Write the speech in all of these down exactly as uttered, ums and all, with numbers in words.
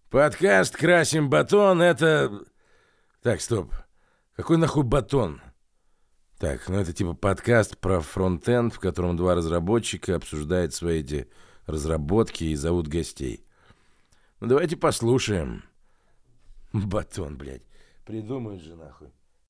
Подкаст «Красим батон» — это... Так, стоп. Какой нахуй батон? Так, ну это типа подкаст про фронтенд, в котором два разработчика обсуждают свои эти разработки и зовут гостей. Ну давайте послушаем. Батон, блядь. Придумают же нахуй.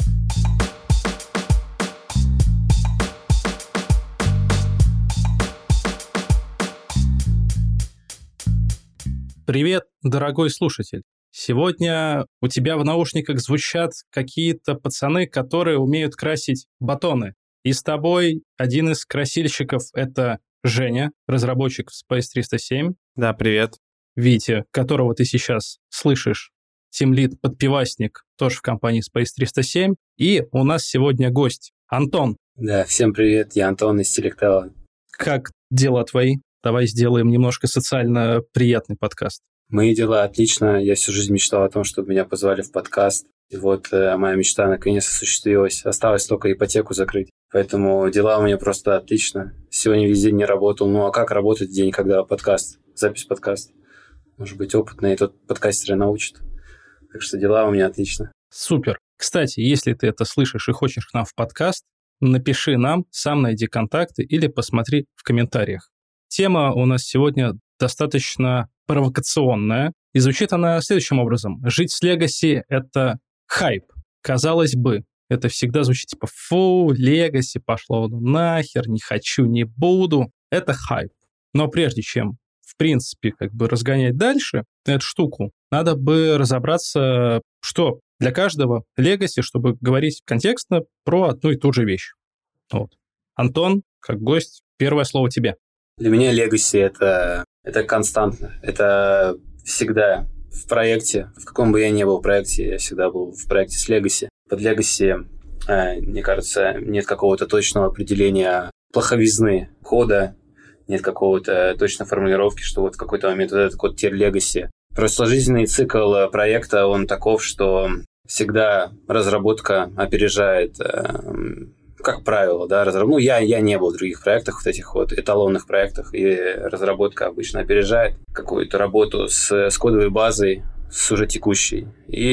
Привет, дорогой слушатель. Сегодня у тебя в наушниках звучат какие-то пацаны, которые умеют красить батоны. И с тобой один из красильщиков — это Женя, разработчик в Space триста семь. Да, привет. Витя, которого ты сейчас слышишь, тимлид, подпивасник, тоже в компании Space триста семь. И у нас сегодня гость Антон. Да, всем привет, я Антон из Selectella. Как дела твои? Давай сделаем немножко социально приятный подкаст. Мои дела отлично. Я всю жизнь мечтал о том, чтобы меня позвали в подкаст. И вот э, моя мечта наконец осуществилась. Осталось только ипотеку закрыть. Поэтому дела у меня просто отлично. Сегодня весь день не работал. Ну а как работать день, когда подкаст, запись подкаста? Может быть, опытный тот подкастеры научат. Так что дела у меня отлично. Супер. Кстати, если ты это слышишь и хочешь к нам в подкаст, напиши нам, сам найди контакты или посмотри в комментариях. Тема у нас сегодня достаточно провокационная, и звучит она следующим образом. Жить с Legacy — это хайп. Казалось бы, это всегда звучит типа «фу, Legacy, пошло нахер, не хочу, не буду». Это хайп. Но прежде чем, в принципе, как бы разгонять дальше эту штуку, надо бы разобраться, что для каждого Legacy, чтобы говорить контекстно про одну и ту же вещь. Вот. Антон, как гость, первое слово тебе. Для меня Legacy это, это константно. Это всегда в проекте, в каком бы я ни был в проекте, я всегда был в проекте с Legacy. Под Legacy, э, мне кажется, нет какого-то точного определения плоховизны кода, нет какого-то точной формулировки, что вот в какой-то момент вот этот код теперь Legacy. Просто жизненный цикл проекта, он таков, что всегда разработка опережает... Э, как правило, да, разраб... ну, я, я не был в других проектах, вот этих вот эталонных проектах, и разработка обычно опережает какую-то работу с, с кодовой базой, с уже текущей.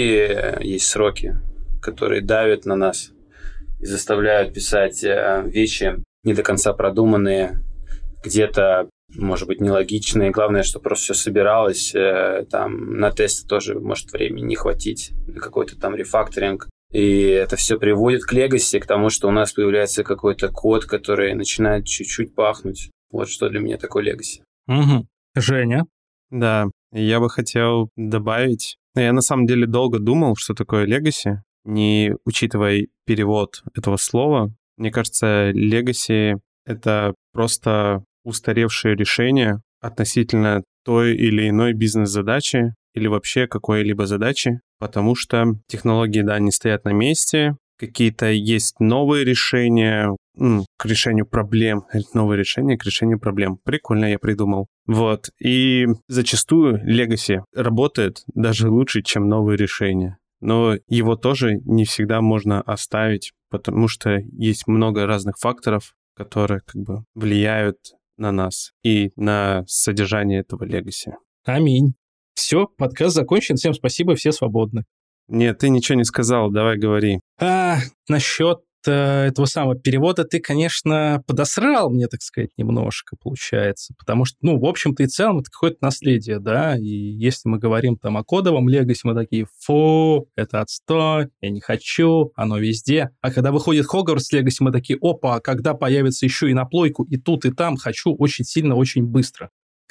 И есть сроки, которые давят на нас и заставляют писать вещи не до конца продуманные, где-то, может быть, нелогичные. Главное, что просто все собиралось. Там на тесты тоже может времени не хватить, на какой-то там рефакторинг. И это все приводит к Legacy, к тому, что у нас появляется какой-то код, который начинает чуть-чуть пахнуть. Вот что для меня такое Legacy. Угу. Женя? Да, я бы хотел добавить... Я на самом деле долго думал, что такое Legacy, не учитывая перевод этого слова. Мне кажется, Legacy — это просто устаревшее решение относительно той или иной бизнес-задачи или вообще какой-либо задачи, потому что технологии, да, не стоят на месте, какие-то есть новые решения м, к решению проблем, новые решения к решению проблем. Прикольно я придумал. Вот. И зачастую Legacy работает даже лучше, чем новые решения. Но его тоже не всегда можно оставить, потому что есть много разных факторов, которые как бы влияют на нас и на содержание этого Legacy. Аминь. Все, подкаст закончен. Всем спасибо, все свободны. Нет, ты ничего не сказал, давай говори. А, насчет э, этого самого перевода ты, конечно, подосрал мне, так сказать, немножко, получается. Потому что, ну, в общем-то и целом, это какое-то наследие, да. И если мы говорим там о кодовом Legacy, мы такие, фу, это отстой, я не хочу, оно везде. А когда выходит Hogwarts Legacy, мы такие, опа, а когда появится еще и на плойку, и тут, и там, хочу очень сильно, очень быстро.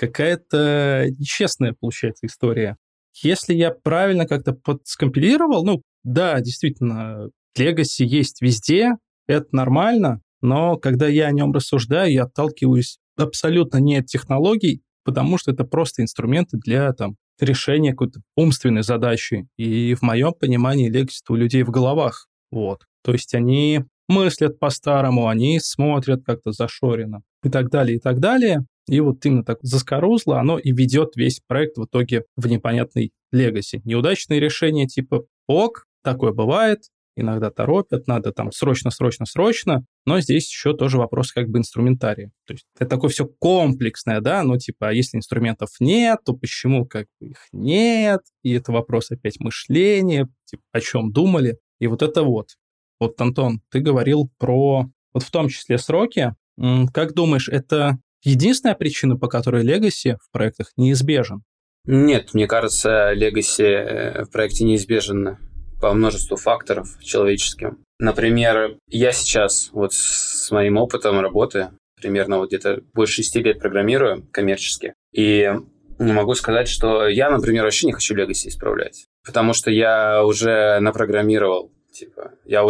Какая-то нечестная, получается, история. Если я правильно как-то подскомпилировал, ну, да, действительно, Legacy есть везде, это нормально, но когда я о нем рассуждаю, я отталкиваюсь абсолютно не от технологий, потому что это просто инструменты для там, решения какой-то умственной задачи. И в моем понимании Legacy у людей в головах. Вот. То есть они мыслят по-старому, они смотрят как-то зашоренно и так далее, и так далее. И вот именно так заскорузло оно и ведет весь проект в итоге в непонятный Legacy. Неудачные решения типа ок, такое бывает, иногда торопят, надо там срочно-срочно-срочно, но здесь еще тоже вопрос как бы инструментария. То есть это такое все комплексное, да, ну типа, а если инструментов нет, то почему как бы их нет? И это вопрос опять мышления, типа, о чем думали? И вот это вот. Вот, Антон, ты говорил про, вот в том числе сроки. Как думаешь, это единственная причина, по которой Legacy в проектах неизбежен? Нет, мне кажется, Legacy в проекте неизбежен по множеству факторов человеческим. Например, я сейчас вот с моим опытом работы, примерно вот где-то больше шести лет программирую коммерчески, и не могу сказать, что я, например, вообще не хочу Legacy исправлять, потому что я уже напрограммировал, типа, я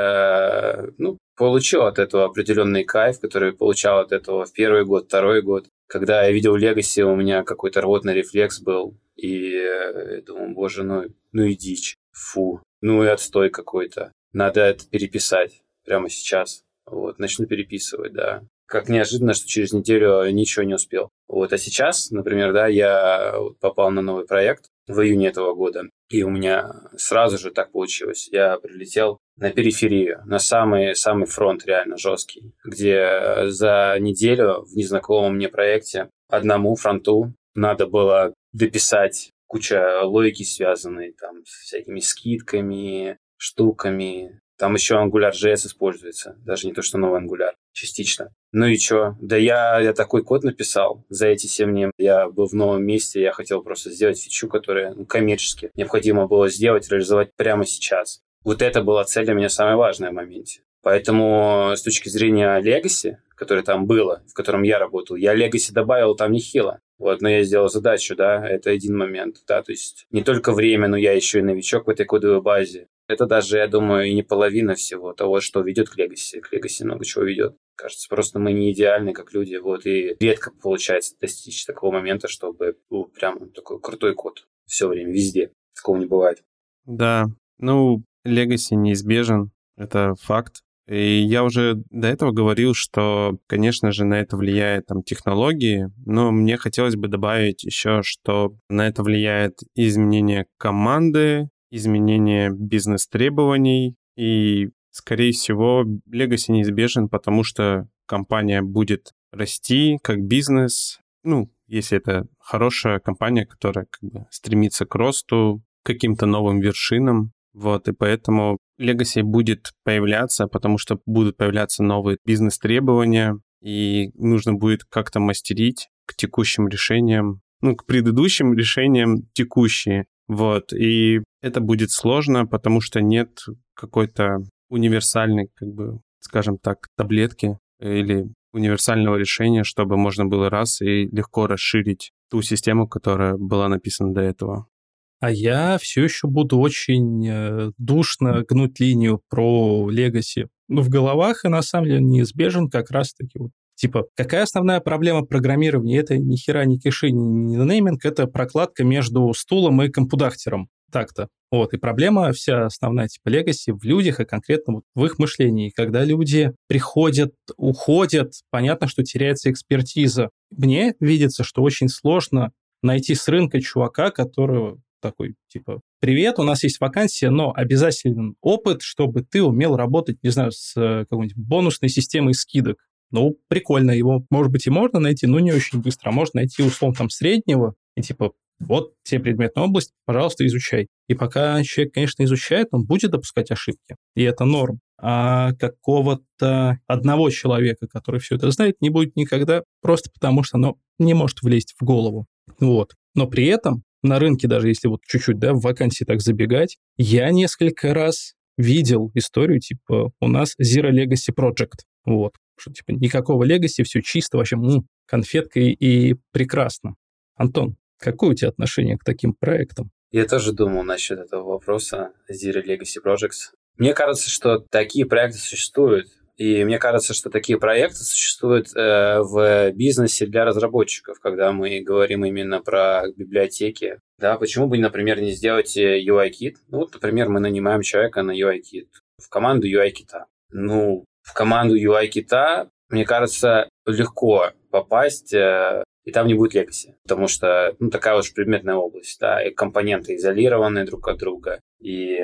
уже, ну, получил от этого определенный кайф, который получал от этого в первый год, второй год. Когда я видел Legacy, у меня какой-то рвотный рефлекс был, и я думал, боже, ну, ну и дичь, фу, ну и отстой какой-то. Надо это переписать прямо сейчас. Вот, начну переписывать, да. Как неожиданно, что через неделю ничего не успел. Вот, а сейчас, например, да, я попал на новый проект в июне этого года, и у меня сразу же так получилось. Я прилетел на периферию, на самый, самый фронт реально жесткий, где за неделю в незнакомом мне проекте одному фронту надо было дописать куча логики, связанной там с всякими скидками, штуками. Там еще Angular.js используется, даже не то, что новый Angular, частично. Ну и что? Да я, я такой код написал за эти семь дней. Я был в новом месте, я хотел просто сделать фичу, которая ну, коммерчески необходимо было сделать, реализовать прямо сейчас. Вот это была цель для меня самая важная в моменте. Поэтому с точки зрения Legacy, которое там было, в котором я работал, я Legacy добавил там нехило. Вот, но я сделал задачу, да, это один момент, да, то есть не только время, но я еще и новичок в этой кодовой базе. Это даже, я думаю, и не половина всего того, что ведет к Legacy. К Legacy много чего ведет. Кажется, просто мы не идеальны, как люди, вот, и редко получается достичь такого момента, чтобы был прям такой крутой код все время, везде. Такого не бывает. Да, ну, Legacy неизбежен, это факт. И я уже до этого говорил, что, конечно же, на это влияют там технологии, но мне хотелось бы добавить еще, что на это влияет изменение команды, изменение бизнес-требований, и, скорее всего, Legacy неизбежен, потому что компания будет расти как бизнес, ну, если это хорошая компания, которая как бы стремится к росту, к каким-то новым вершинам, вот, и поэтому Legacy будет появляться, потому что будут появляться новые бизнес-требования, и нужно будет как-то мастерить к текущим решениям, ну, к предыдущим решениям текущие, вот, и это будет сложно, потому что нет какой-то универсальной, как бы, скажем так, таблетки или универсального решения, чтобы можно было раз и легко расширить ту систему, которая была написана до этого. А я все еще буду очень э, душно гнуть линию про Legacy. Ну, в головах, и на самом деле неизбежен как раз-таки вот. Типа, какая основная проблема программирования? Это ни хера, ни киши, ни нейминг, это прокладка между стулом и компудахтером. Так-то. Вот, и проблема вся основная, типа, Legacy в людях, и конкретно вот в их мышлении. Когда люди приходят, уходят, понятно, что теряется экспертиза. Мне видится, что очень сложно найти с рынка чувака, которого такой, типа, привет, у нас есть вакансия, но обязателен опыт, чтобы ты умел работать, не знаю, с какой-нибудь бонусной системой скидок. Ну, прикольно, его, может быть, и можно найти, но не очень быстро. А можно найти, условно, там, среднего, и типа, вот тебе предметная область, пожалуйста, изучай. И пока человек, конечно, изучает, он будет допускать ошибки, и это норм. А какого-то одного человека, который все это знает, не будет никогда, просто потому что оно не может влезть в голову. Вот. Но при этом на рынке, даже если вот чуть-чуть, да, в вакансии так забегать, я несколько раз видел историю, типа, у нас Zero Legacy Project. Вот. Что, типа, никакого Legacy, все чисто, вообще, м, конфетка и, и прекрасно. Антон, какое у тебя отношение к таким проектам? Я тоже думал насчет этого вопроса Zero Legacy Projects. Мне кажется, что такие проекты существуют. И мне кажется, что такие проекты существуют э, в бизнесе для разработчиков, когда мы говорим именно про библиотеки. Да, почему бы, например, не сделать ю ай-кит? Ну, вот, например, мы нанимаем человека на ю ай-кит, в команду ю ай-кита. Ну, в команду ю ай-кита, мне кажется, легко попасть, э, и там не будет Legacy, потому что, ну, такая уж предметная область, да, и компоненты изолированы друг от друга, и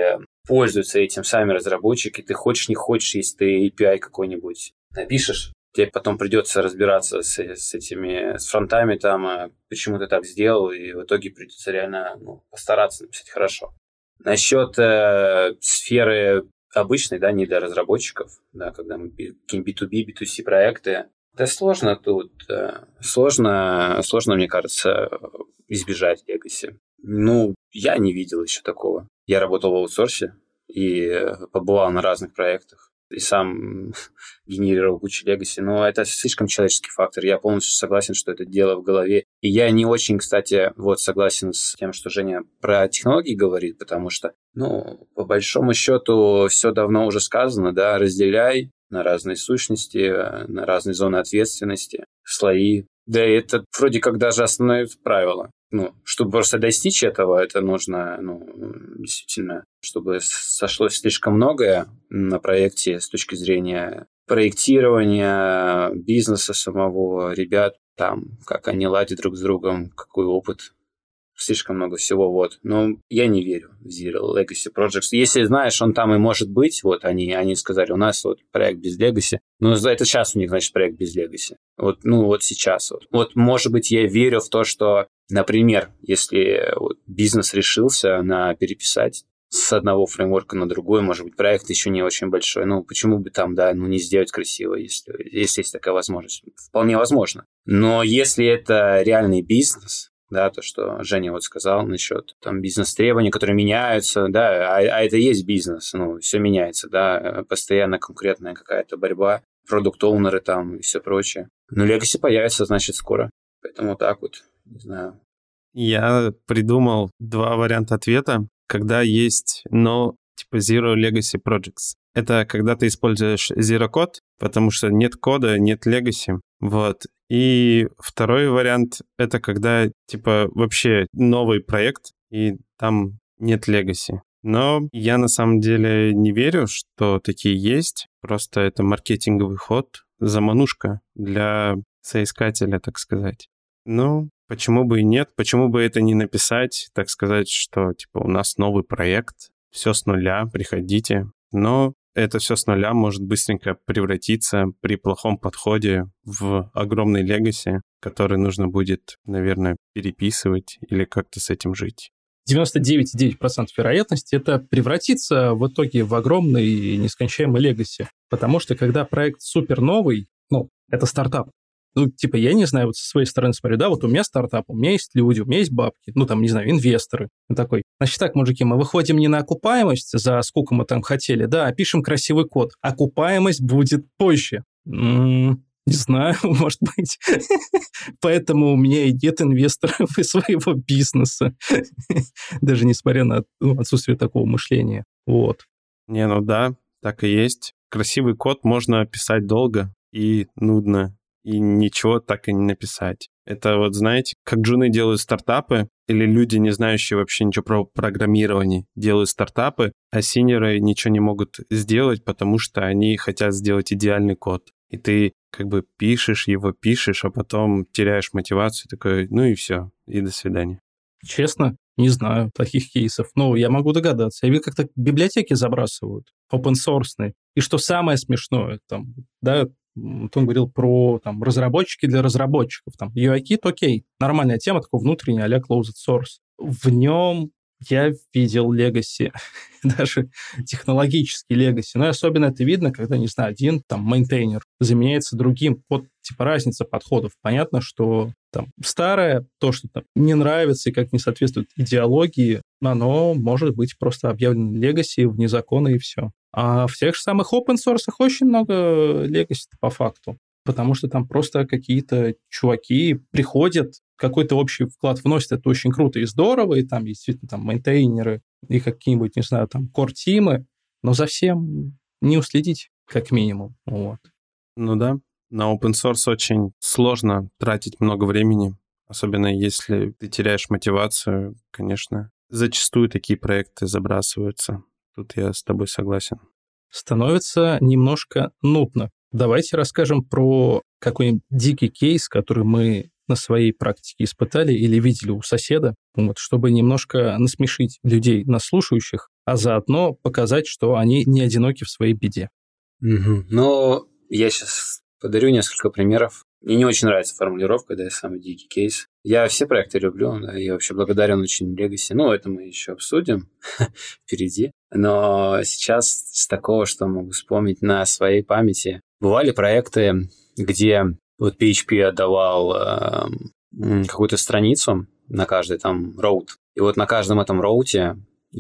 пользуются этим сами разработчики. Ты хочешь, не хочешь, если ты эй пи ай какой-нибудь напишешь, тебе потом придется разбираться с, с этими, с фронтами там, почему ты так сделал, и в итоге придется реально ну, постараться написать хорошо. Насчет э, сферы обычной, да, не для разработчиков, да, когда мы какие-нибудь би ту би, би ту си проекты, да сложно тут, э, сложно, сложно, мне кажется, избежать легаси. Ну, я не видел еще такого. Я работал в аутсорсе и побывал на разных проектах. И сам генерировал кучу легаси, но это слишком человеческий фактор. Я полностью согласен, что это дело в голове. И я не очень, кстати, вот согласен с тем, что Женя про технологии говорит, потому что, ну, по большому счету, все давно уже сказано, да, разделяй на разные сущности, на разные зоны ответственности, слои. Да, и это вроде как даже основное правило. Ну, чтобы просто достичь этого, это нужно, ну, действительно, чтобы сошлось слишком многое на проекте с точки зрения проектирования, бизнеса самого, ребят, там, как они ладят друг с другом, какой опыт. Слишком много всего, вот. Но я не верю в Zero Legacy Projects. Если, знаешь, он там и может быть, вот они, они сказали, у нас вот проект без Legacy, но это сейчас у них, значит, проект без Legacy. Вот, ну, вот сейчас вот. Вот, может быть, я верю в то, что, например, если вот бизнес решился на переписать с одного фреймворка на другой, может быть, проект еще не очень большой, ну, почему бы там, да, ну, не сделать красиво, если, если есть такая возможность. Вполне возможно. Но если это реальный бизнес, да, то, что Женя вот сказал насчет там бизнес-требований, которые меняются, да, а, а это и есть бизнес, ну, все меняется, да, постоянно конкурентная какая-то борьба, продукт-оунеры там и все прочее. Но Legacy появится, значит, скоро. Поэтому так вот, не знаю. Я придумал два варианта ответа, когда есть no, типа Zero Legacy Projects. Это когда ты используешь Zero Code, потому что нет кода, нет Legacy, вот. И второй вариант — это когда, типа, вообще новый проект, и там нет Legacy. Но я на самом деле не верю, что такие есть. Просто это маркетинговый ход, заманушка для соискателя, так сказать. Ну, почему бы и нет? Почему бы это не написать, так сказать, что, типа, у нас новый проект, все с нуля, приходите. Но это все с нуля может быстренько превратиться при плохом подходе в огромный легаси, который нужно будет, наверное, переписывать или как-то с этим жить. девяносто девять целых девять процентов вероятности это превратится в итоге в огромный и нескончаемый легаси. Потому что когда проект супер новый, ну, это стартап. Ну, типа, я не знаю, вот со своей стороны смотрю, да, вот у меня стартап, у меня есть люди, у меня есть бабки, ну, там, не знаю, инвесторы. Он такой, значит так, мужики, мы выходим не на окупаемость, за сколько мы там хотели, да, а пишем красивый код. Окупаемость будет позже. М-м, не знаю, может быть. Поэтому у меня и нет инвесторов из своего бизнеса. Даже несмотря на отсутствие такого мышления. Вот. Не, ну да, так и есть. Красивый код можно писать долго и нудно, и ничего так и не написать. Это вот, знаете, как джуны делают стартапы, или люди, не знающие вообще ничего про программирование, делают стартапы, а синьоры ничего не могут сделать, потому что они хотят сделать идеальный код. И ты как бы пишешь его, пишешь, а потом теряешь мотивацию, такой, ну и все, и до свидания. Честно, не знаю таких кейсов. Но я могу догадаться. Я видел, как так библиотеки забрасывают, open-source. И что самое смешное, там, да, он говорил про там, разработчики для разработчиков. Там, ю ай-Kit, окей, нормальная тема, такой внутренний а-ля closed source. В нем я видел legacy, даже технологический legacy. Но особенно это видно, когда, не знаю, один там мейнтейнер заменяется другим. Вот типа разница подходов. Понятно, что там старое, то, что там не нравится и как не соответствует идеологии, оно может быть просто объявлено legacy вне закона и все. А в тех же самых open source очень много legacy по факту, потому что там просто какие-то чуваки приходят, какой-то общий вклад вносят, это очень круто и здорово, и там действительно там мейнтейнеры и какие-нибудь, не знаю, там core-тимы, но за всем не уследить, как минимум. Вот. Ну да, на open source очень сложно тратить много времени, особенно если ты теряешь мотивацию, конечно. Зачастую такие проекты забрасываются. Тут я с тобой согласен. Становится немножко нудно. Давайте расскажем про какой-нибудь дикий кейс, который мы на своей практике испытали или видели у соседа, вот, чтобы немножко насмешить людей, нас слушающих, а заодно показать, что они не одиноки в своей беде. Угу. Ну, я сейчас подарю несколько примеров. Мне не очень нравится формулировка, да, самый дикий кейс. Я все проекты люблю, да, я вообще благодарен очень Legacy. Ну, это мы еще обсудим впереди. Но сейчас с такого, что могу вспомнить на своей памяти, бывали проекты, где вот пи эйч пи отдавал э, какую-то страницу на каждый там роут. И вот на каждом этом роуте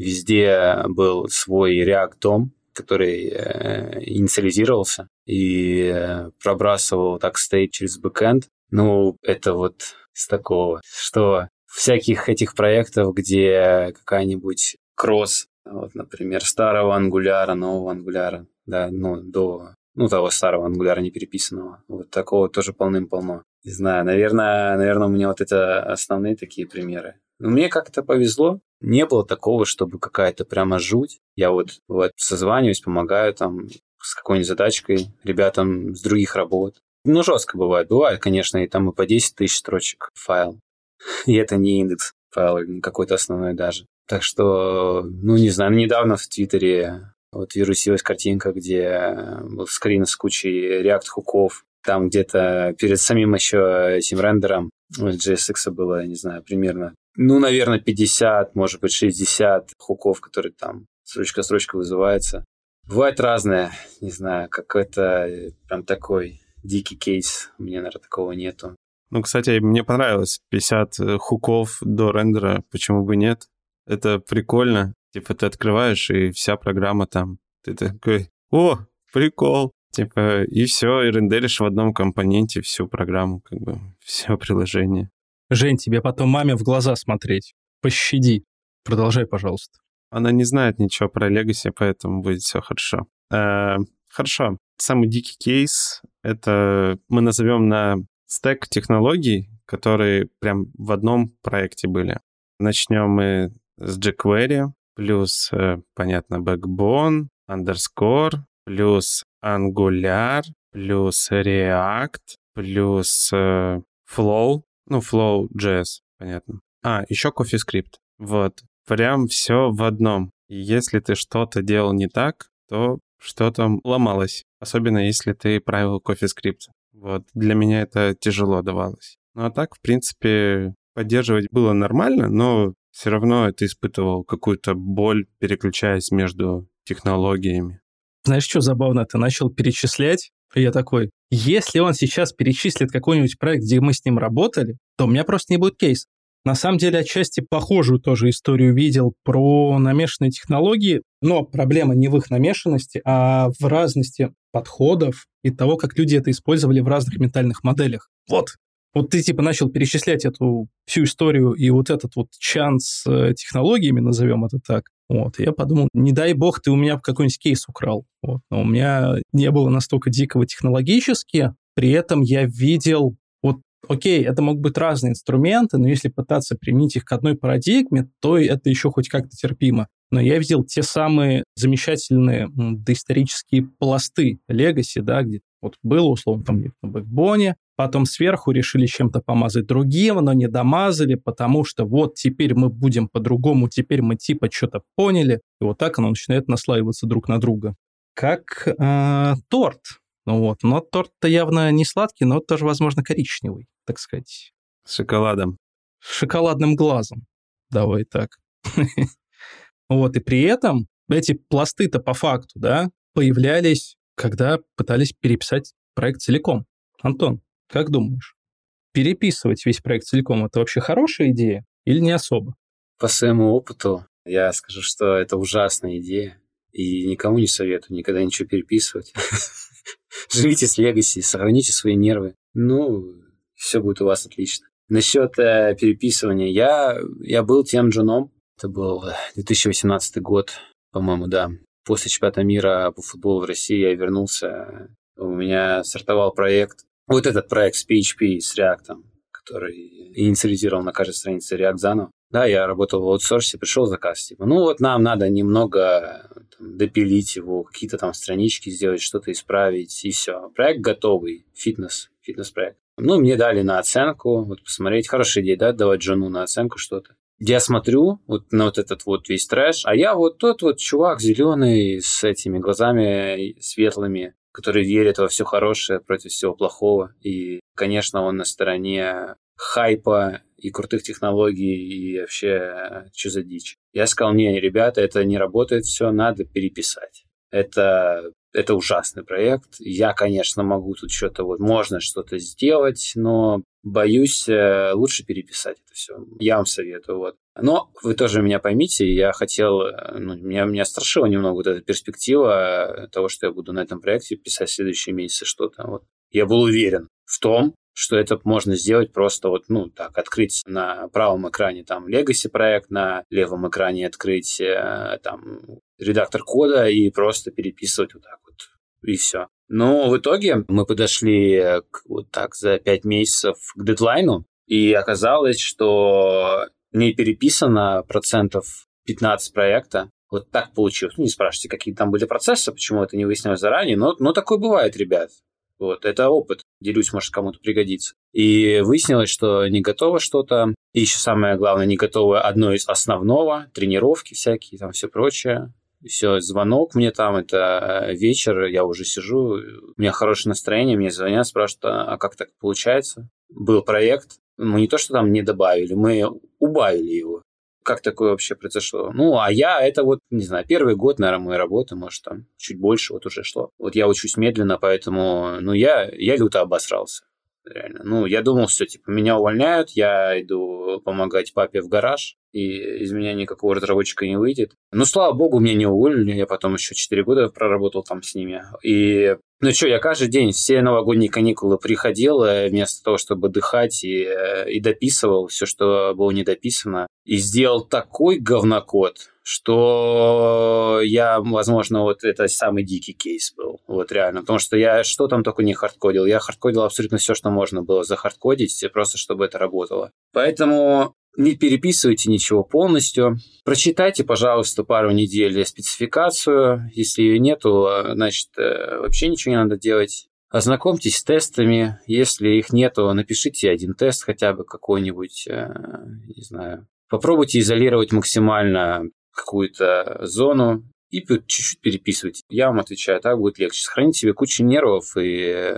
везде был свой React-дом, который э, инициализировался и э, пробрасывал так стейт через бэкэнд. Ну, это вот с такого, что всяких этих проектов, где какая-нибудь кросс, вот, например, старого ангуляра, нового ангуляра, да, ну, до, ну, того старого ангуляра не переписанного, вот такого тоже полным-полно. Не знаю, наверное, наверное, у меня вот это основные такие примеры. Но мне как-то повезло. Не было такого, чтобы какая-то прямо жуть. Я вот, вот созваниваюсь, помогаю там с какой-нибудь задачкой ребятам с других работ. Ну, жестко бывает. Бывает, конечно, и там и по десять тысяч строчек файл. И это не индекс файла, какой-то основной даже. Так что, ну, не знаю, недавно в Твиттере вот вирусилась картинка, где был скрин с кучей React-хуков. Там где-то перед самим еще этим рендером джей эс икс было, не знаю, примерно, ну, наверное, пятьдесят, может быть, шестьдесят хуков, которые там строчка-строчка вызывается. Бывает разное, не знаю, какой-то прям такой дикий кейс. У меня, наверное, такого нету. Ну, кстати, мне понравилось пятьдесят хуков до рендера, почему бы нет? Это прикольно. Типа ты открываешь, и вся программа там. Ты такой, о, прикол. Типа, и все, и рендеришь в одном компоненте всю программу, как бы, все приложение. Жень, тебе потом маме в глаза смотреть. Пощади. Продолжай, пожалуйста. Она не знает ничего про Legacy, поэтому будет все хорошо. Э, хорошо. Самый дикий кейс — это мы назовем на стэк технологий, которые прям в одном проекте были. Начнем мы с jQuery, плюс, понятно, Backbone, Underscore, плюс Angular, плюс React, плюс э, Flow, ну, Flow.js, понятно. А, еще CoffeeScript. Вот. Прям все в одном. И если ты что-то делал не так, то что-то ломалось. Особенно если ты правил CoffeeScript. Вот. Для меня это тяжело давалось. Ну, а так, в принципе, поддерживать было нормально, но все равно это испытывал какую-то боль, переключаясь между технологиями. Знаешь, что забавно? Ты начал перечислять, и я такой, если он сейчас перечислит какой-нибудь проект, где мы с ним работали, то у меня просто не будет кейса. На самом деле, отчасти похожую тоже историю видел про намешанные технологии, но проблема не в их намешанности, а в разности подходов и того, как люди это использовали в разных ментальных моделях. Вот. Вот ты типа начал перечислять эту всю историю и вот этот вот чан с технологиями, назовем это так. Вот, и я подумал, не дай бог, ты у меня какой-нибудь кейс украл. Вот. Но у меня не было настолько дикого технологически, при этом я видел, вот, окей, это могут быть разные инструменты, но если пытаться применить их к одной парадигме, то это еще хоть как-то терпимо. Но я видел те самые замечательные м, доисторические пласты Legacy, да, где вот было, условно, там на бэкбоне, потом сверху решили чем-то помазать другим, но не домазали, потому что вот теперь мы будем по-другому, теперь мы типа что-то поняли, и вот так оно начинает наслаиваться друг на друга. Как э, торт. Ну вот, но торт-то явно не сладкий, но тоже, возможно, коричневый, так сказать. С шоколадом. С шоколадным глазом. Давай так. Вот, и при этом эти пласты-то по факту, да, появлялись, когда пытались переписать проект целиком. Антон, как думаешь, переписывать весь проект целиком – это вообще хорошая идея или не особо? По своему опыту я скажу, что это ужасная идея, и никому не советую никогда ничего переписывать. Живите с Legacy, сохраните свои нервы. Ну, все будет у вас отлично. Насчет э, переписывания. Я, я был тем джуном. Это был две тысячи восемнадцатый год, по-моему, да. После чемпионата мира по футболу в России я вернулся. У меня стартовал проект. Вот этот проект с пи эйч пи, с React, который инициализировал на каждой странице React заново. Да, я работал в аутсорсе, пришел заказ, типа, ну вот нам надо немного там, допилить его, какие-то там странички сделать, что-то исправить, и все. Проект готовый, фитнес, фитнес-проект. Ну, мне дали на оценку, вот посмотреть, хорошая идея, да, давать жену на оценку что-то. я смотрю вот на вот этот вот весь трэш, а я вот тот вот чувак зеленый с этими глазами светлыми, который верит во все хорошее против всего плохого. И, конечно, он на стороне хайпа и крутых технологий, и вообще, что за дичь. Я сказал, не, ребята, это не работает все, надо переписать. Это, это ужасный проект. Я, конечно, могу тут что-то, вот можно что-то сделать, но боюсь, лучше переписать это все. Я вам советую. Вот. Но вы тоже меня поймите, я хотел, ну, меня, меня страшила немного вот эта перспектива того, что я буду на этом проекте писать в следующие месяцы что-то. Вот. Я был уверен в том, что это можно сделать просто вот, ну, так, открыть на правом экране там Legacy проект, на левом экране открыть там редактор кода и просто переписывать вот так вот, и все. Но в итоге мы подошли к, вот так за пять месяцев к дедлайну, и оказалось, что не переписано процентов пятнадцать проекта. Вот так получилось. Ну, не спрашивайте, какие там были процессы, почему это не выяснилось заранее, но, но такое бывает, ребят. Вот, это опыт. Делюсь, может, кому-то пригодится. И выяснилось, что не готово что-то. И еще самое главное, не готово одно из основного. Тренировки всякие, там все прочее. Все, звонок мне там, это вечер, я уже сижу, у меня хорошее настроение, мне звонят, спрашивают, а как так получается? Был проект, мы не то, что там не добавили, мы убавили его. Как такое вообще произошло? Ну, а я, это вот, не знаю, первый год, наверное, моей работы, может, там чуть больше вот уже шло. Вот я учусь медленно, поэтому, ну, я, я люто обосрался. Реально. Ну, я думал, все, типа, меня увольняют, я иду помогать папе в гараж, и из меня никакого разработчика не выйдет. Ну, слава богу, меня не уволили, я потом еще четыре года проработал там с ними. И, ну что, я каждый день, все новогодние каникулы приходил, вместо того, чтобы отдыхать, и, и дописывал все, что было не дописано. И сделал такой говнокод, что я, возможно, вот это самый дикий кейс был. Вот реально. Потому что я что там только не хардкодил. Я хардкодил абсолютно все, что можно было захардкодить, просто чтобы это работало. Поэтому не переписывайте ничего полностью. Прочитайте, пожалуйста, пару недель спецификацию. Если ее нету, значит, вообще ничего не надо делать. Ознакомьтесь с тестами. Если их нету, напишите один тест хотя бы какой-нибудь, не знаю. Попробуйте изолировать максимально какую-то зону и чуть-чуть переписывайте. Я вам отвечаю, так будет легче. Сохраните себе кучу нервов и,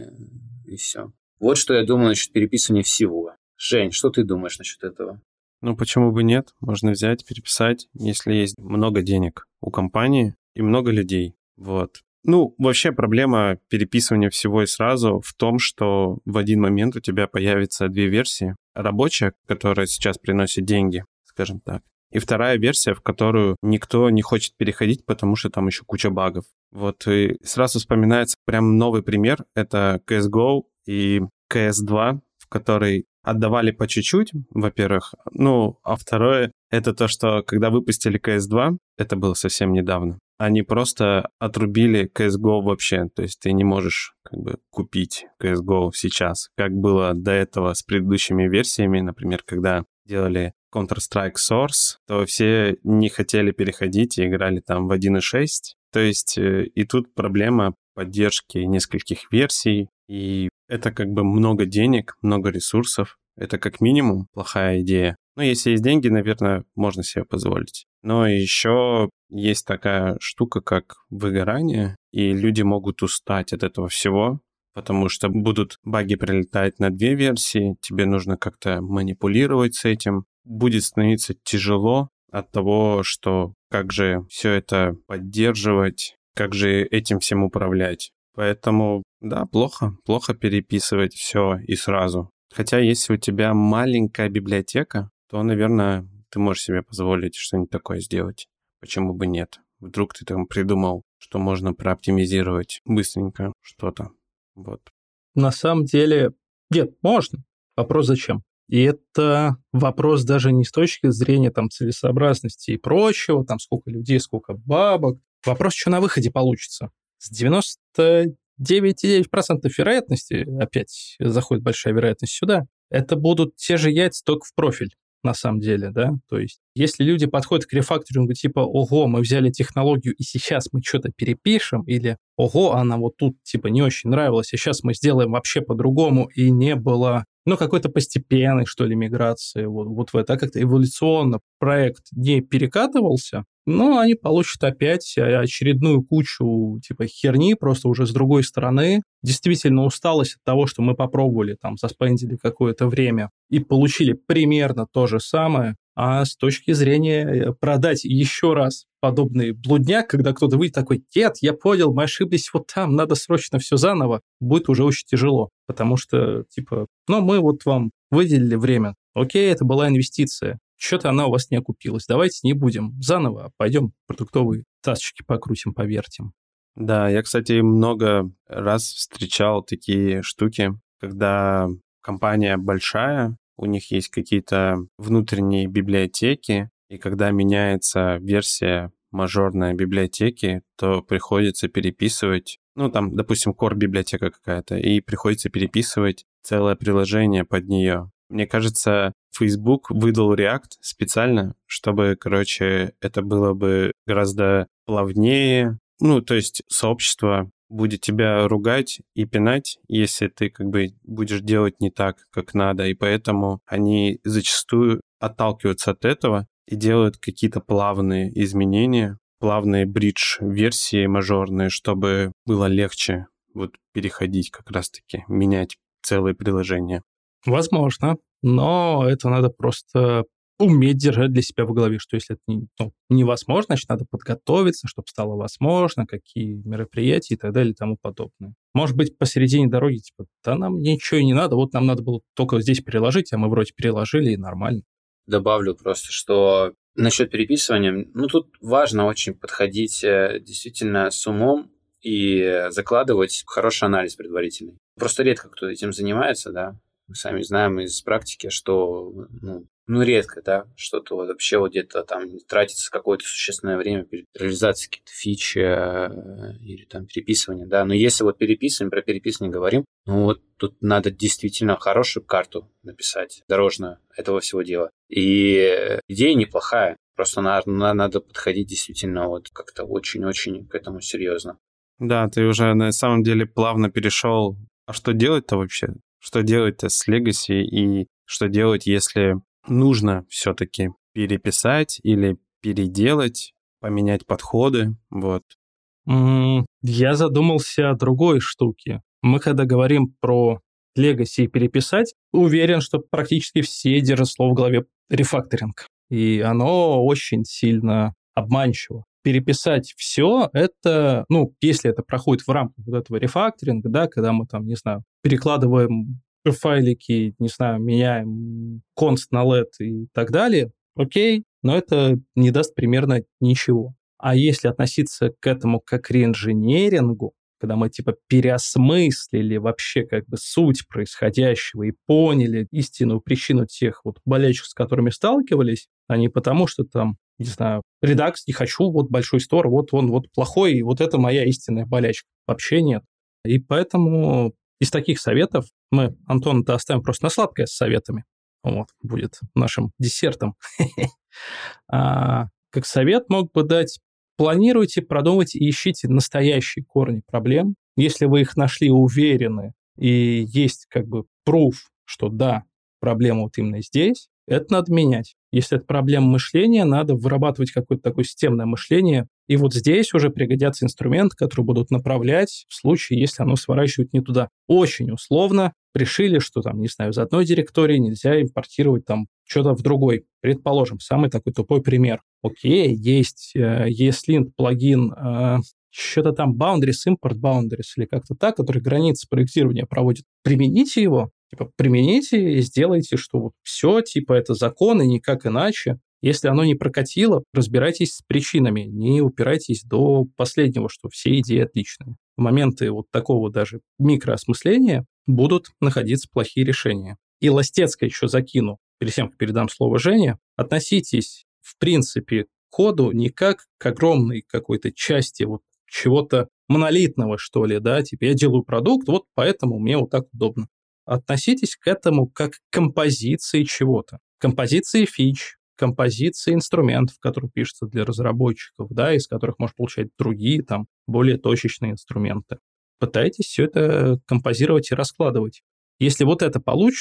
и все. Вот что я думаю насчет переписывания всего. Жень, что ты думаешь насчет этого? Ну, почему бы нет? Можно взять, переписать, если есть много денег у компании и много людей. Вот. Ну, вообще проблема переписывания всего и сразу в том, что в один момент у тебя появится две версии. Рабочая, которая сейчас приносит деньги, скажем так, и вторая версия, в которую никто не хочет переходить, потому что там еще куча багов. Вот, и сразу вспоминается прям новый пример. Это си эс го и си эс два, в который отдавали по чуть-чуть, во-первых. Ну, а второе, это то, что когда выпустили си эс два, это было совсем недавно, они просто отрубили си эс го вообще. То есть ты не можешь как бы купить си эс го сейчас, как было до этого с предыдущими версиями. Например, когда делали Counter-Strike Source, то все не хотели переходить и играли там в один точка шесть. То есть и тут проблема поддержки нескольких версий, и это как бы много денег, много ресурсов. Это как минимум плохая идея. Но если есть деньги, наверное, можно себе позволить. Но еще есть такая штука, как выгорание, и люди могут устать от этого всего, потому что будут баги прилетать на две версии, тебе нужно как-то манипулировать с этим. Будет становиться тяжело от того, что как же все это поддерживать, как же этим всем управлять. Поэтому, да, плохо, плохо переписывать все и сразу. Хотя если у тебя маленькая библиотека, то, наверное, ты можешь себе позволить что-нибудь такое сделать. Почему бы нет? Вдруг ты там придумал, что можно прооптимизировать быстренько что-то. Вот. На самом деле, нет, можно. Вопрос зачем? И это вопрос даже не с точки зрения там целесообразности и прочего, там сколько людей, сколько бабок. Вопрос, что на выходе получится. С девяносто девять целых девять десятых процента вероятности, опять заходит большая вероятность сюда, это будут те же яйца, только в профиль, на самом деле, да. То есть, если люди подходят к рефакторингу типа «Ого, мы взяли технологию, и сейчас мы что-то перепишем», или «Ого, она вот тут типа не очень нравилась, и сейчас мы сделаем вообще по-другому, и не было ну, какой-то постепенной, что ли, миграции вот, вот в это. А как-то эволюционно проект не перекатывался, но они получат опять очередную кучу типа херни, просто уже с другой стороны. Действительно усталость от того, что мы попробовали, там, заспендили какое-то время и получили примерно то же самое, а с точки зрения продать еще раз подобный блудняк, когда кто-то выйдет такой: «Дед, я понял, мы ошиблись вот там, надо срочно все заново», будет уже очень тяжело, потому что, типа, ну, мы вот вам выделили время, окей, это была инвестиция, что-то она у вас не окупилась, давайте не будем заново, а пойдем продуктовые тасочки покрутим, повертим. Да, я, кстати, много раз встречал такие штуки, когда компания большая, у них есть какие-то внутренние библиотеки, и когда меняется версия мажорной библиотеки, то приходится переписывать, ну, там, допустим, core-библиотека какая-то, и приходится переписывать целое приложение под нее. Мне кажется, Facebook выдал React специально, чтобы, короче, это было бы гораздо плавнее. Ну, то есть сообщество будет тебя ругать и пинать, если ты как бы будешь делать не так, как надо. И поэтому они зачастую отталкиваются от этого и делают какие-то плавные изменения, плавные бридж-версии мажорные, чтобы было легче вот переходить как раз-таки, менять целые приложения. Возможно, но это надо просто уметь держать для себя в голове, что если это не, ну, невозможно, значит, надо подготовиться, чтобы стало возможно, какие мероприятия и так далее и тому подобное. Может быть, посередине дороги, типа, да нам ничего и не надо, вот нам надо было только здесь переложить, а мы вроде переложили, и нормально. Добавлю просто, что насчет переписывания, ну, тут важно очень подходить действительно с умом и закладывать хороший анализ предварительный. Просто редко кто этим занимается, да. Мы сами знаем из практики, что, ну, ну редко, да, что-то вот вообще вот где-то там тратится какое-то существенное время перед реализацией каких-то фич э, или там переписывания, да. Но если вот переписываем, про переписывание говорим, ну вот тут надо действительно хорошую карту написать, дорожную этого всего дела. И идея неплохая, просто надо, надо подходить действительно вот как-то очень-очень к этому серьезно. Да, ты уже на самом деле плавно перешел. А что делать-то вообще? Что делать-то с Legacy и что делать, если нужно все-таки переписать или переделать, поменять подходы, вот. Mm, я задумался о другой штуке. Мы когда говорим про Legacy и переписать, уверен, что практически все держат слово в голове рефакторинг. И оно очень сильно обманчиво. Переписать все это, ну, если это проходит в рамках вот этого рефакторинга, да, когда мы там, не знаю, перекладываем файлики, не знаю, меняем const на let и так далее, окей, но это не даст примерно ничего. А если относиться к этому как к реинженерингу, когда мы типа переосмыслили вообще как бы суть происходящего и поняли истинную причину тех вот болячек, с которыми сталкивались, а не потому, что там, не знаю, Redux не хочу, вот большой стор, вот он вот плохой, и вот это моя истинная болячка. Вообще нет. И поэтому из таких советов мы Антона-то оставим просто на сладкое с советами. Вот, будет нашим десертом. А как совет мог бы дать: планируйте, продумывайте и ищите настоящие корни проблем. Если вы их нашли, уверены, и есть как бы пруф, что да, проблема вот именно здесь, это надо менять. Если это проблема мышления, надо вырабатывать какое-то такое системное мышление. И вот здесь уже пригодятся инструменты, которые будут направлять в случае, если оно сворачивает не туда. Очень условно решили, что там, не знаю, из одной директории нельзя импортировать там что-то в другой. Предположим, самый такой тупой пример. Окей, есть э, ESLint плагин, э, что-то там boundaries, import boundaries или как-то так, который границы проектирования проводит. Примените его, типа примените и сделайте, что вот все, типа это закон и никак иначе. Если оно не прокатило, разбирайтесь с причинами, не упирайтесь до последнего, что все идеи отличные. В моменты вот такого даже микроосмысления будут находиться плохие решения. И Ластецкая еще закину, перед тем, как передам слово Жене, относитесь, в принципе, к коду не как к огромной какой-то части вот чего-то монолитного, что ли, да, типа я делаю продукт, вот поэтому мне вот так удобно. Относитесь к этому как к композиции чего-то. Композиции фич, композиции инструментов, которые пишутся для разработчиков, да, из которых можно получать другие, там, более точечные инструменты. Пытайтесь все это композировать и раскладывать. Если вот это получится,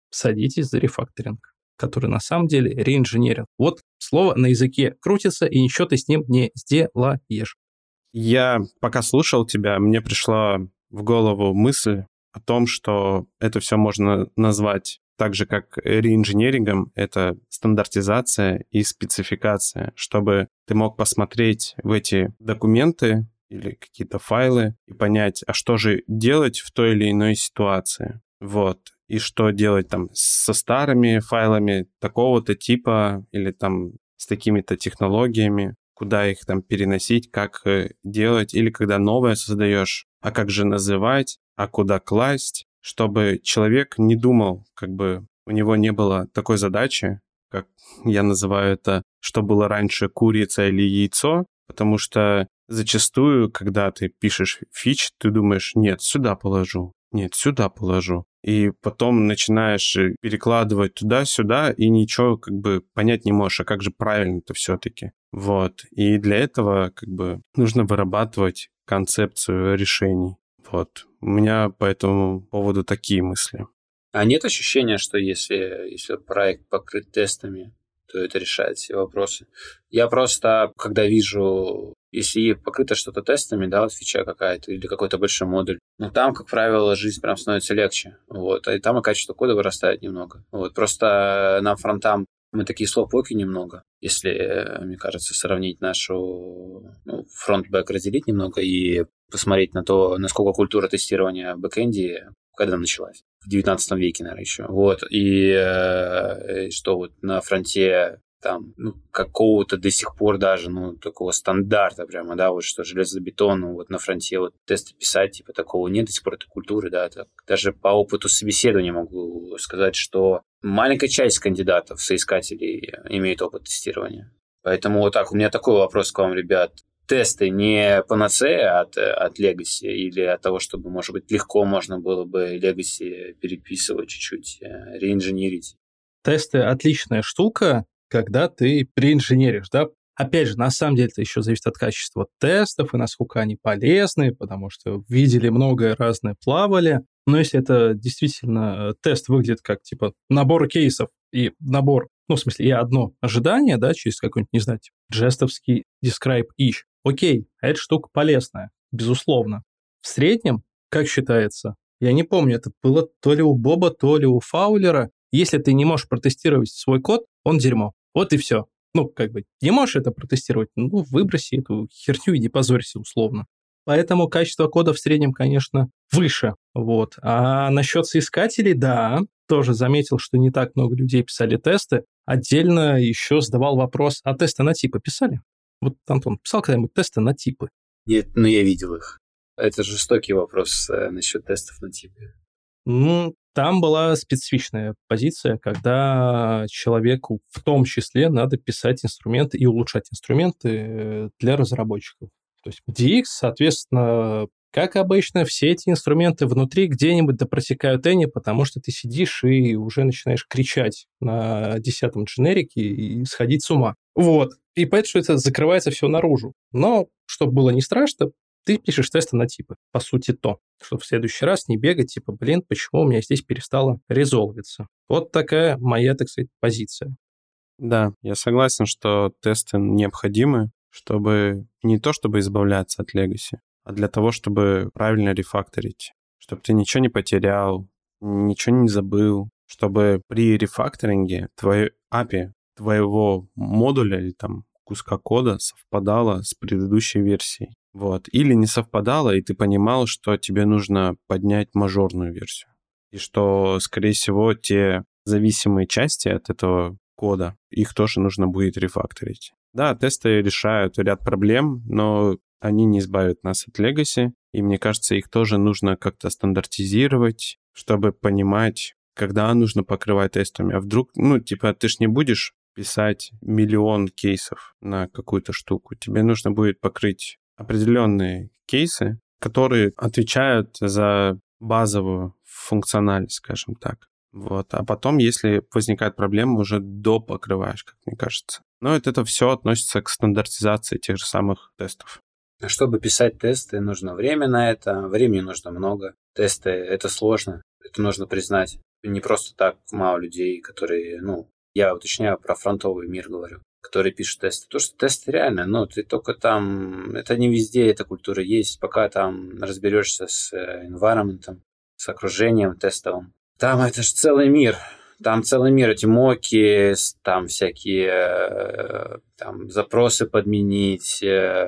садитесь за рефакторинг, который на самом деле реинженеринг. Вот слово на языке крутится, и ничего ты с ним не сделаешь. Я пока слушал тебя, мне пришла в голову мысль о том, что это все можно назвать так же, как реинженерингом, это стандартизация и спецификация, чтобы ты мог посмотреть в эти документы или какие-то файлы и понять, а что же делать в той или иной ситуации. Вот. И что делать там со старыми файлами такого-то типа или там с такими-то технологиями, куда их там переносить, как делать, или когда новое создаешь, а как же называть, а куда класть, чтобы человек не думал, как бы у него не было такой задачи, как я называю это, что было раньше, курица или яйцо, потому что зачастую, когда ты пишешь фич, ты думаешь, нет, сюда положу, нет, сюда положу. И потом начинаешь перекладывать туда-сюда, и ничего как бы понять не можешь, а как же правильно-то все-таки. Вот. И для этого как бы нужно вырабатывать концепцию решений. Вот. У меня по этому поводу такие мысли. А нет ощущения, что если, если проект покрыт тестами, то это решает все вопросы? Я просто, когда вижу, если покрыто что-то тестами, да, вот фича какая-то или какой-то большой модуль, ну, там, как правило, жизнь прям становится легче. Вот. И там и качество кода вырастает немного. Вот. Просто нам, фронтам, мы такие слоупоки немного. Если, мне кажется, сравнить нашу ну, фронт-бэк, разделить немного и посмотреть на то, насколько культура тестирования в бэкэнде, когда началась. В девятнадцатом веке, наверное, еще. Вот. И, и что вот на фронте там, ну, какого-то до сих пор даже, ну, такого стандарта прямо, да, вот что железобетон, ну, вот на фронте вот тесты писать, типа, такого нет до сих пор этой культуры, да, так. Даже по опыту собеседования могу сказать, что маленькая часть кандидатов, соискателей имеет опыт тестирования. Поэтому вот так, у меня такой вопрос к вам, ребят. Тесты не панацея от, от Legacy или от того, чтобы, может быть, легко можно было бы Legacy переписывать чуть-чуть, реинженерить? Тесты – отличная штука, когда ты реинженеришь, да. Опять же, на самом деле это еще зависит от качества тестов и насколько они полезны, потому что видели многое разное, плавали. Но если это действительно тест выглядит как, типа, набор кейсов и набор, ну, в смысле, и одно ожидание, да, через какой-нибудь, не знаю, типа, джестовский describe each, окей, эта штука полезная, безусловно. В среднем, как считается, я не помню, это было то ли у Боба, то ли у Фаулера, если ты не можешь протестировать свой код, он дерьмо. Вот и все. Ну, как бы, не можешь это протестировать, ну, выброси эту херню и не позорься условно. Поэтому качество кода в среднем, конечно, выше. Вот. А насчет соискателей, да, тоже заметил, что не так много людей писали тесты. Отдельно еще задавал вопрос, а тесты на типы писали? Вот, Антон, писал когда-нибудь тесты на типы? Нет, ну я видел их. Это жестокий вопрос э, насчет тестов на типы. Ну, там была специфичная позиция, когда человеку в том числе надо писать инструменты и улучшать инструменты для разработчиков. То есть ди икс, соответственно, как обычно, все эти инструменты внутри где-нибудь допротекают any, потому что ты сидишь и уже начинаешь кричать на десятом дженерике и сходить с ума. Вот. И поэтому это закрывается все наружу. Но, чтобы было не страшно, ты пишешь тесты на типы, по сути то, чтобы в следующий раз не бегать, типа, блин, почему у меня здесь перестало резолвиться. Вот такая моя, так сказать, позиция. Да, я согласен, что тесты необходимы, чтобы не то, чтобы избавляться от Legacy, а для того, чтобы правильно рефакторить, чтобы ты ничего не потерял, ничего не забыл, чтобы при рефакторинге твое эй пи ай твоего модуля или там куска кода совпадало с предыдущей версией. Вот. Или не совпадало, и ты понимал, что тебе нужно поднять мажорную версию. И что, скорее всего, те зависимые части от этого кода, их тоже нужно будет рефакторить. Да, тесты решают ряд проблем, но они не избавят нас от Legacy, и мне кажется, их тоже нужно как-то стандартизировать, чтобы понимать, когда нужно покрывать тестами. А вдруг, ну, типа, ты ж не будешь писать миллион кейсов на какую-то штуку. Тебе нужно будет покрыть определенные кейсы, которые отвечают за базовую функциональность, скажем так. Вот. А потом, если возникает проблема, уже допокрываешь, как мне кажется. Но это, это все относится к стандартизации тех же самых тестов. Чтобы писать тесты, нужно время на это. Времени нужно много. Тесты — это сложно. Это нужно признать. Не просто так мало людей, которые, ну, я уточняю про фронтовый мир говорю, которые пишут тесты. То, что тесты реально, ну, ты только там, это не везде эта культура есть, пока там разберешься с environment, с окружением тестовым. Там это же целый мир. Там целый мир, эти моки, там всякие там, запросы подменить,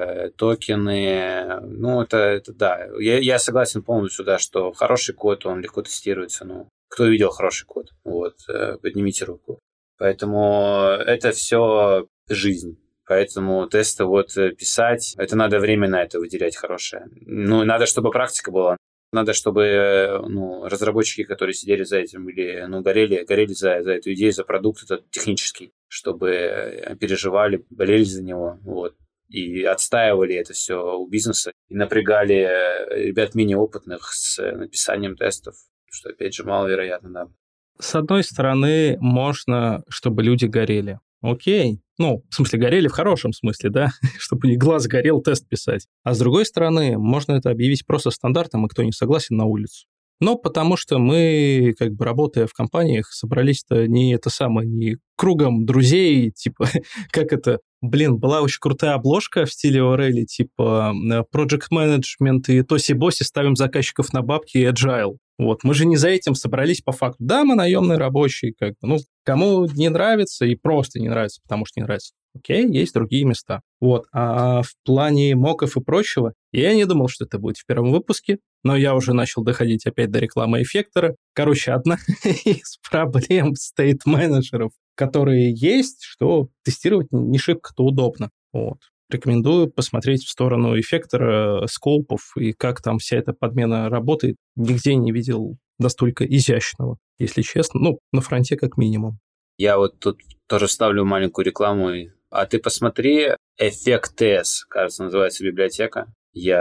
токены. Ну, это, это да. Я, я согласен полностью, да, что хороший код, он легко тестируется. Ну, кто видел хороший код? Вот, поднимите руку. Поэтому это все жизнь. Поэтому тесты вот писать, это надо время на это выделять хорошее. Ну, надо, чтобы практика была. Надо, чтобы ну, разработчики, которые сидели за этим, были, ну, горели, горели за, за эту идею, за продукт этот технический, чтобы переживали, болели за него, вот, и отстаивали это все у бизнеса, и напрягали ребят менее опытных с написанием тестов, что, опять же, маловероятно, да. С одной стороны, можно, чтобы люди горели. Окей. Ну, в смысле, горели в хорошем смысле, да, чтобы у них глаз горел тест писать. А с другой стороны, можно это объявить просто стандартом, и кто не согласен, на улицу. Но потому что мы, как бы работая в компаниях, собрались-то не это самое, не кругом друзей, типа, как это, блин, была очень крутая обложка в стиле Орели, типа, Project Management и тоси-боси, ставим заказчиков на бабки и Agile. Вот, мы же не за этим собрались по факту. Да, мы наемные рабочие, как бы, ну, кому не нравится и просто не нравится, потому что не нравится. Окей, есть другие места. Вот, а в плане моков и прочего, я не думал, что это будет в первом выпуске, но я уже начал доходить опять до рекламы эффектора. Короче, одна из проблем стейт-менеджеров, которые есть, что тестировать не шибко-то удобно. Вот. Рекомендую посмотреть в сторону эффектора, скопов и как там вся эта подмена работает. Нигде не видел настолько изящного, если честно. Ну, на фронте как минимум. Я вот тут тоже ставлю маленькую рекламу. А ты посмотри, Effect.ts, кажется, называется библиотека.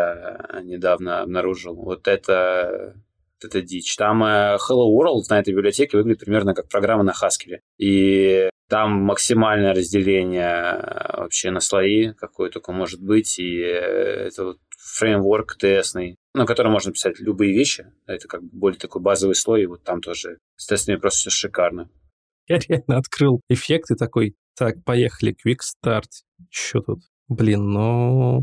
Я недавно обнаружил. Вот это, это дичь. Там Hello World на этой библиотеке выглядит примерно как программа на Haskell. И там максимальное разделение вообще на слои, какое только может быть. И это вот фреймворк тестный, на котором можно писать любые вещи. Это как бы более такой базовый слой. И вот там тоже с тестами просто все шикарно. Я реально открыл эффект и такой, так, поехали, Quick Start. Что тут? Блин, ну...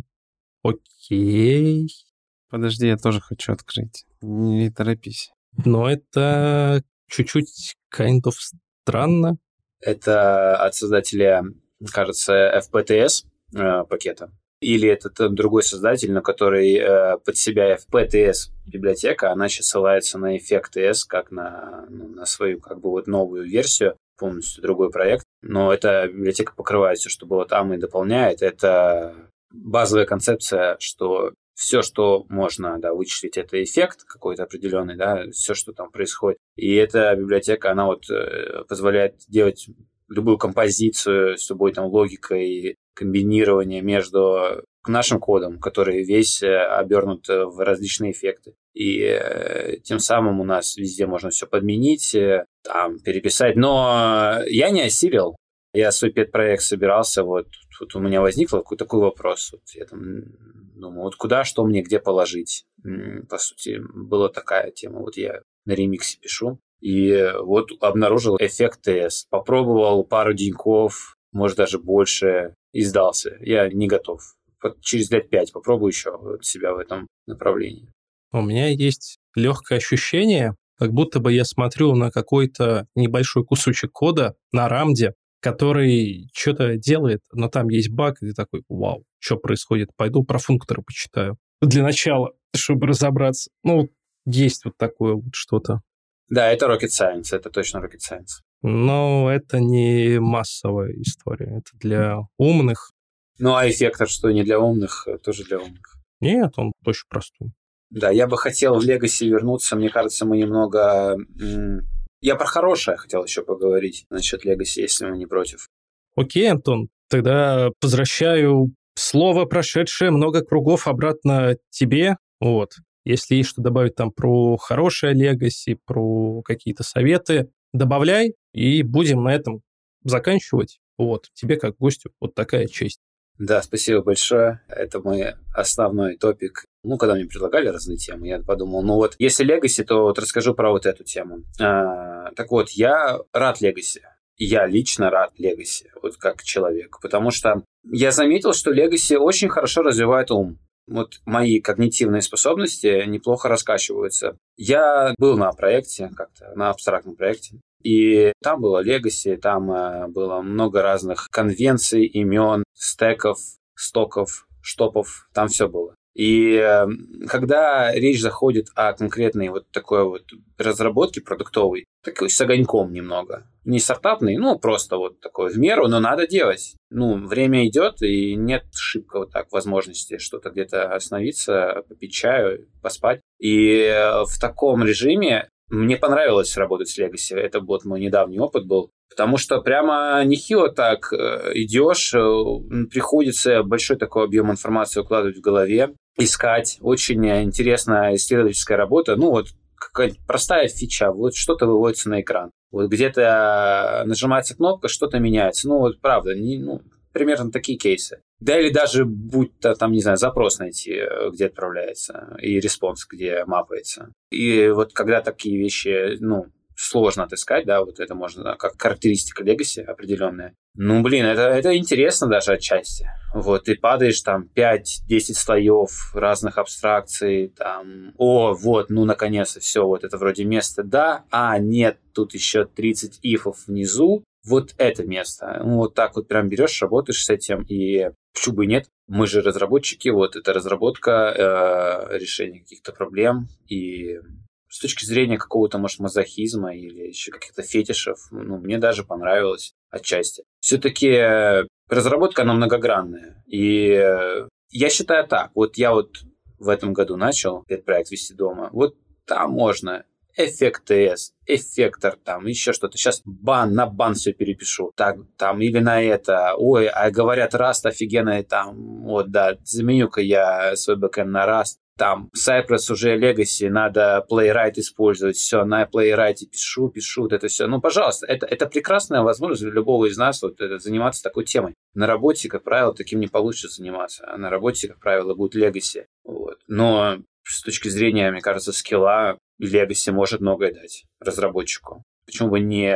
Окей. Подожди, я тоже хочу открыть. Не торопись. Но это чуть-чуть kind of странно. Это от создателя, кажется, эф пи ти эс э, пакета. Или это другой создатель, на который э, под себя эф пи ти эс библиотека, она сейчас ссылается на Effect.ts как на, ну, на свою как бы вот новую версию, полностью другой проект. Но эта библиотека покрывает все, что было там, и дополняет. Это базовая концепция, что все, что можно, да, вычислить, это эффект какой-то определенный, да, все, что там происходит. И эта библиотека, она вот э, позволяет делать любую композицию с любой там логикой, комбинирование между нашим кодом, который весь обернут в различные эффекты. И э, тем самым у нас везде можно все подменить, э, там, переписать. Но я не осилил. Я свой пет-проект собирался, вот, вот у меня возник такой, такой вопрос. Вот я там думаю, вот куда, что мне, где положить. По сути, была такая тема. Вот я на ремиксе пишу. И вот обнаружил Effect.ts. Попробовал пару деньков, может, даже больше, и сдался. Я не готов. Через лет пять попробую еще себя в этом направлении. У меня есть легкое ощущение, как будто бы я смотрю на какой-то небольшой кусочек кода на рамде, который что-то делает, но там есть баг, и ты такой, вау, что происходит? Пойду про функторы почитаю. Для начала, чтобы разобраться. Ну, есть вот такое вот что-то. Да, это rocket science, это точно rocket science. Но это не массовая история, это для умных. Ну, а эффектор, что не для умных, тоже для умных. Нет, он очень простой. Да, я бы хотел в Legacy вернуться, мне кажется, мы немного... Я про хорошее хотел еще поговорить насчет Legacy, если мы не против. Окей, Антон, тогда возвращаю слово, прошедшее много кругов, обратно тебе. Вот. Если есть что добавить там про хорошее Legacy, про какие-то советы, добавляй, и будем на этом заканчивать. Вот. Тебе как гостю вот такая честь. Да, спасибо большое. Это мой основной топик. Ну, когда мне предлагали разные темы, я подумал, ну вот, если Legacy, то вот расскажу про вот эту тему. А, так вот, я рад Legacy. Я лично рад Legacy, вот как человек, потому что я заметил, что Legacy очень хорошо развивает ум. Вот мои когнитивные способности неплохо раскачиваются. Я был на проекте, как-то на абстрактном проекте, и там было Legacy, там э, было много разных конвенций, имен, стеков, стоков, штопов, там все было. И э, когда речь заходит о конкретной вот такой вот разработке продуктовой, такой с огоньком немного, не стартапный, ну, просто вот такой в меру, но надо делать. Ну, время идет, и нет шибко вот так возможности что-то где-то остановиться, попить чаю, поспать. И э, в таком режиме мне понравилось работать с Legacy. Это вот мой недавний опыт был. Потому что прямо нехило так идешь, приходится большой такой объем информации укладывать в голове, искать. Очень интересная исследовательская работа. Ну вот какая-то простая фича, вот что-то выводится на экран. Вот где-то нажимается кнопка, что-то меняется. Ну вот правда, не, ну, примерно такие кейсы. Да или даже будь то там, не знаю, запрос найти, где отправляется, и респонс, где мапается. И вот когда такие вещи, ну, сложно отыскать, да, вот это можно, да, как характеристика Legacy определенная. Ну, блин, это, это интересно даже отчасти. Вот, ты падаешь там пять-десять слоев разных абстракций, там, о, вот, ну, наконец-то, все, вот это вроде место, да, а, нет, тут еще тридцать ифов внизу, вот это место. Ну, вот так вот прям берешь, работаешь с этим, и почему бы и нет? Мы же разработчики, вот, это разработка, э, решение каких-то проблем, и с точки зрения какого-то, может, мазохизма или еще каких-то фетишев, ну, мне даже понравилось отчасти. Все-таки разработка, она многогранная. И я считаю так, вот я вот в этом году начал этот проект вести дома, вот там можно эффект эс, эффектор, там, еще что-то. Сейчас бан, на бан все перепишу. Так, там, или на это. Ой, а говорят, Rust офигенный, там, вот, да, заменю-ка я свой бэкэнд на Rust. Там, Cypress уже Legacy, надо Playwright использовать, все, на Playwright пишу, пишу, вот это все. Ну, пожалуйста, это, это прекрасная возможность для любого из нас вот, это, заниматься такой темой. На работе, как правило, таким не получится заниматься, а на работе, как правило, будет Legacy. Вот. Но с точки зрения, мне кажется, скилла, Legacy может многое дать разработчику. Почему бы не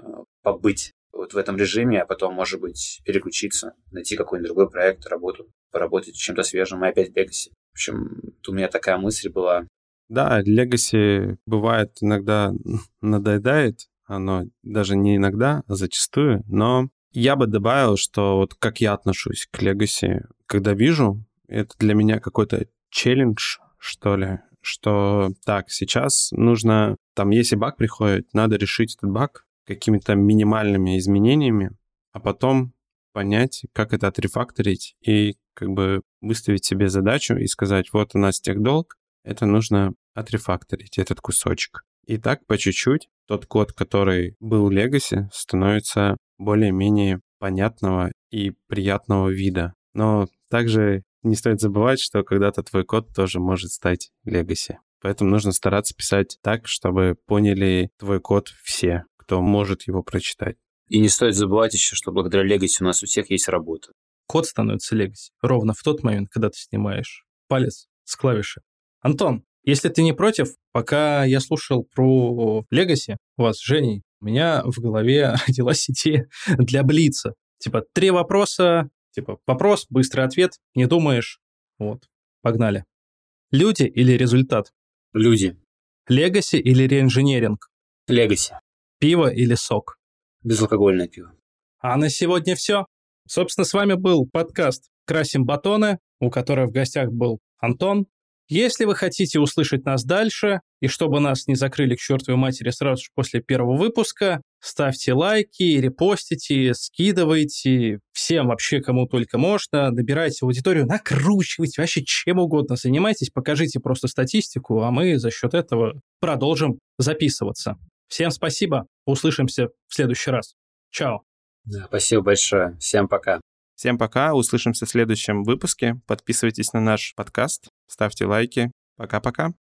побыть вот в этом режиме, а потом, может быть, переключиться, найти какой-нибудь другой проект, работу, поработать чем-то свежим, и опять Legacy. В общем, у меня такая мысль была. Да, Legacy бывает иногда надоедает, оно даже не иногда, а зачастую, но я бы добавил, что вот как я отношусь к Legacy, когда вижу, это для меня какой-то челлендж, что ли, что так, сейчас нужно, там, если баг приходит, надо решить этот баг какими-то минимальными изменениями, а потом понять, как это отрефакторить и как бы выставить себе задачу и сказать, вот у нас техдолг, это нужно отрефакторить, этот кусочек. И так по чуть-чуть тот код, который был Legacy, становится более-менее понятного и приятного вида. Но также не стоит забывать, что когда-то твой код тоже может стать Legacy. Поэтому нужно стараться писать так, чтобы поняли твой код все, кто может его прочитать. И не стоит забывать еще, что благодаря Legacy у нас у всех есть работа. Код становится Legacy ровно в тот момент, когда ты снимаешь палец с клавиши. Антон, если ты не против, пока я слушал про Legacy у вас с Женей, у меня в голове родилась идея для блица. Типа три вопроса, типа вопрос, быстрый ответ, не думаешь. Вот, погнали. Люди или результат? Люди. Legacy или реинженеринг? Legacy. Пиво или сок? Безалкогольное пиво. А на сегодня все. Собственно, с вами был подкаст «Красим батоны», у которого в гостях был Антон. Если вы хотите услышать нас дальше, и чтобы нас не закрыли к чертовой матери сразу же после первого выпуска, ставьте лайки, репостите, скидывайте, всем вообще, кому только можно, набирайте аудиторию, накручивайте, вообще чем угодно занимайтесь, покажите просто статистику, а мы за счет этого продолжим записываться. Всем спасибо, услышимся в следующий раз. Чао. Да, спасибо большое. Всем пока. Всем пока, услышимся в следующем выпуске. Подписывайтесь на наш подкаст, ставьте лайки. Пока-пока.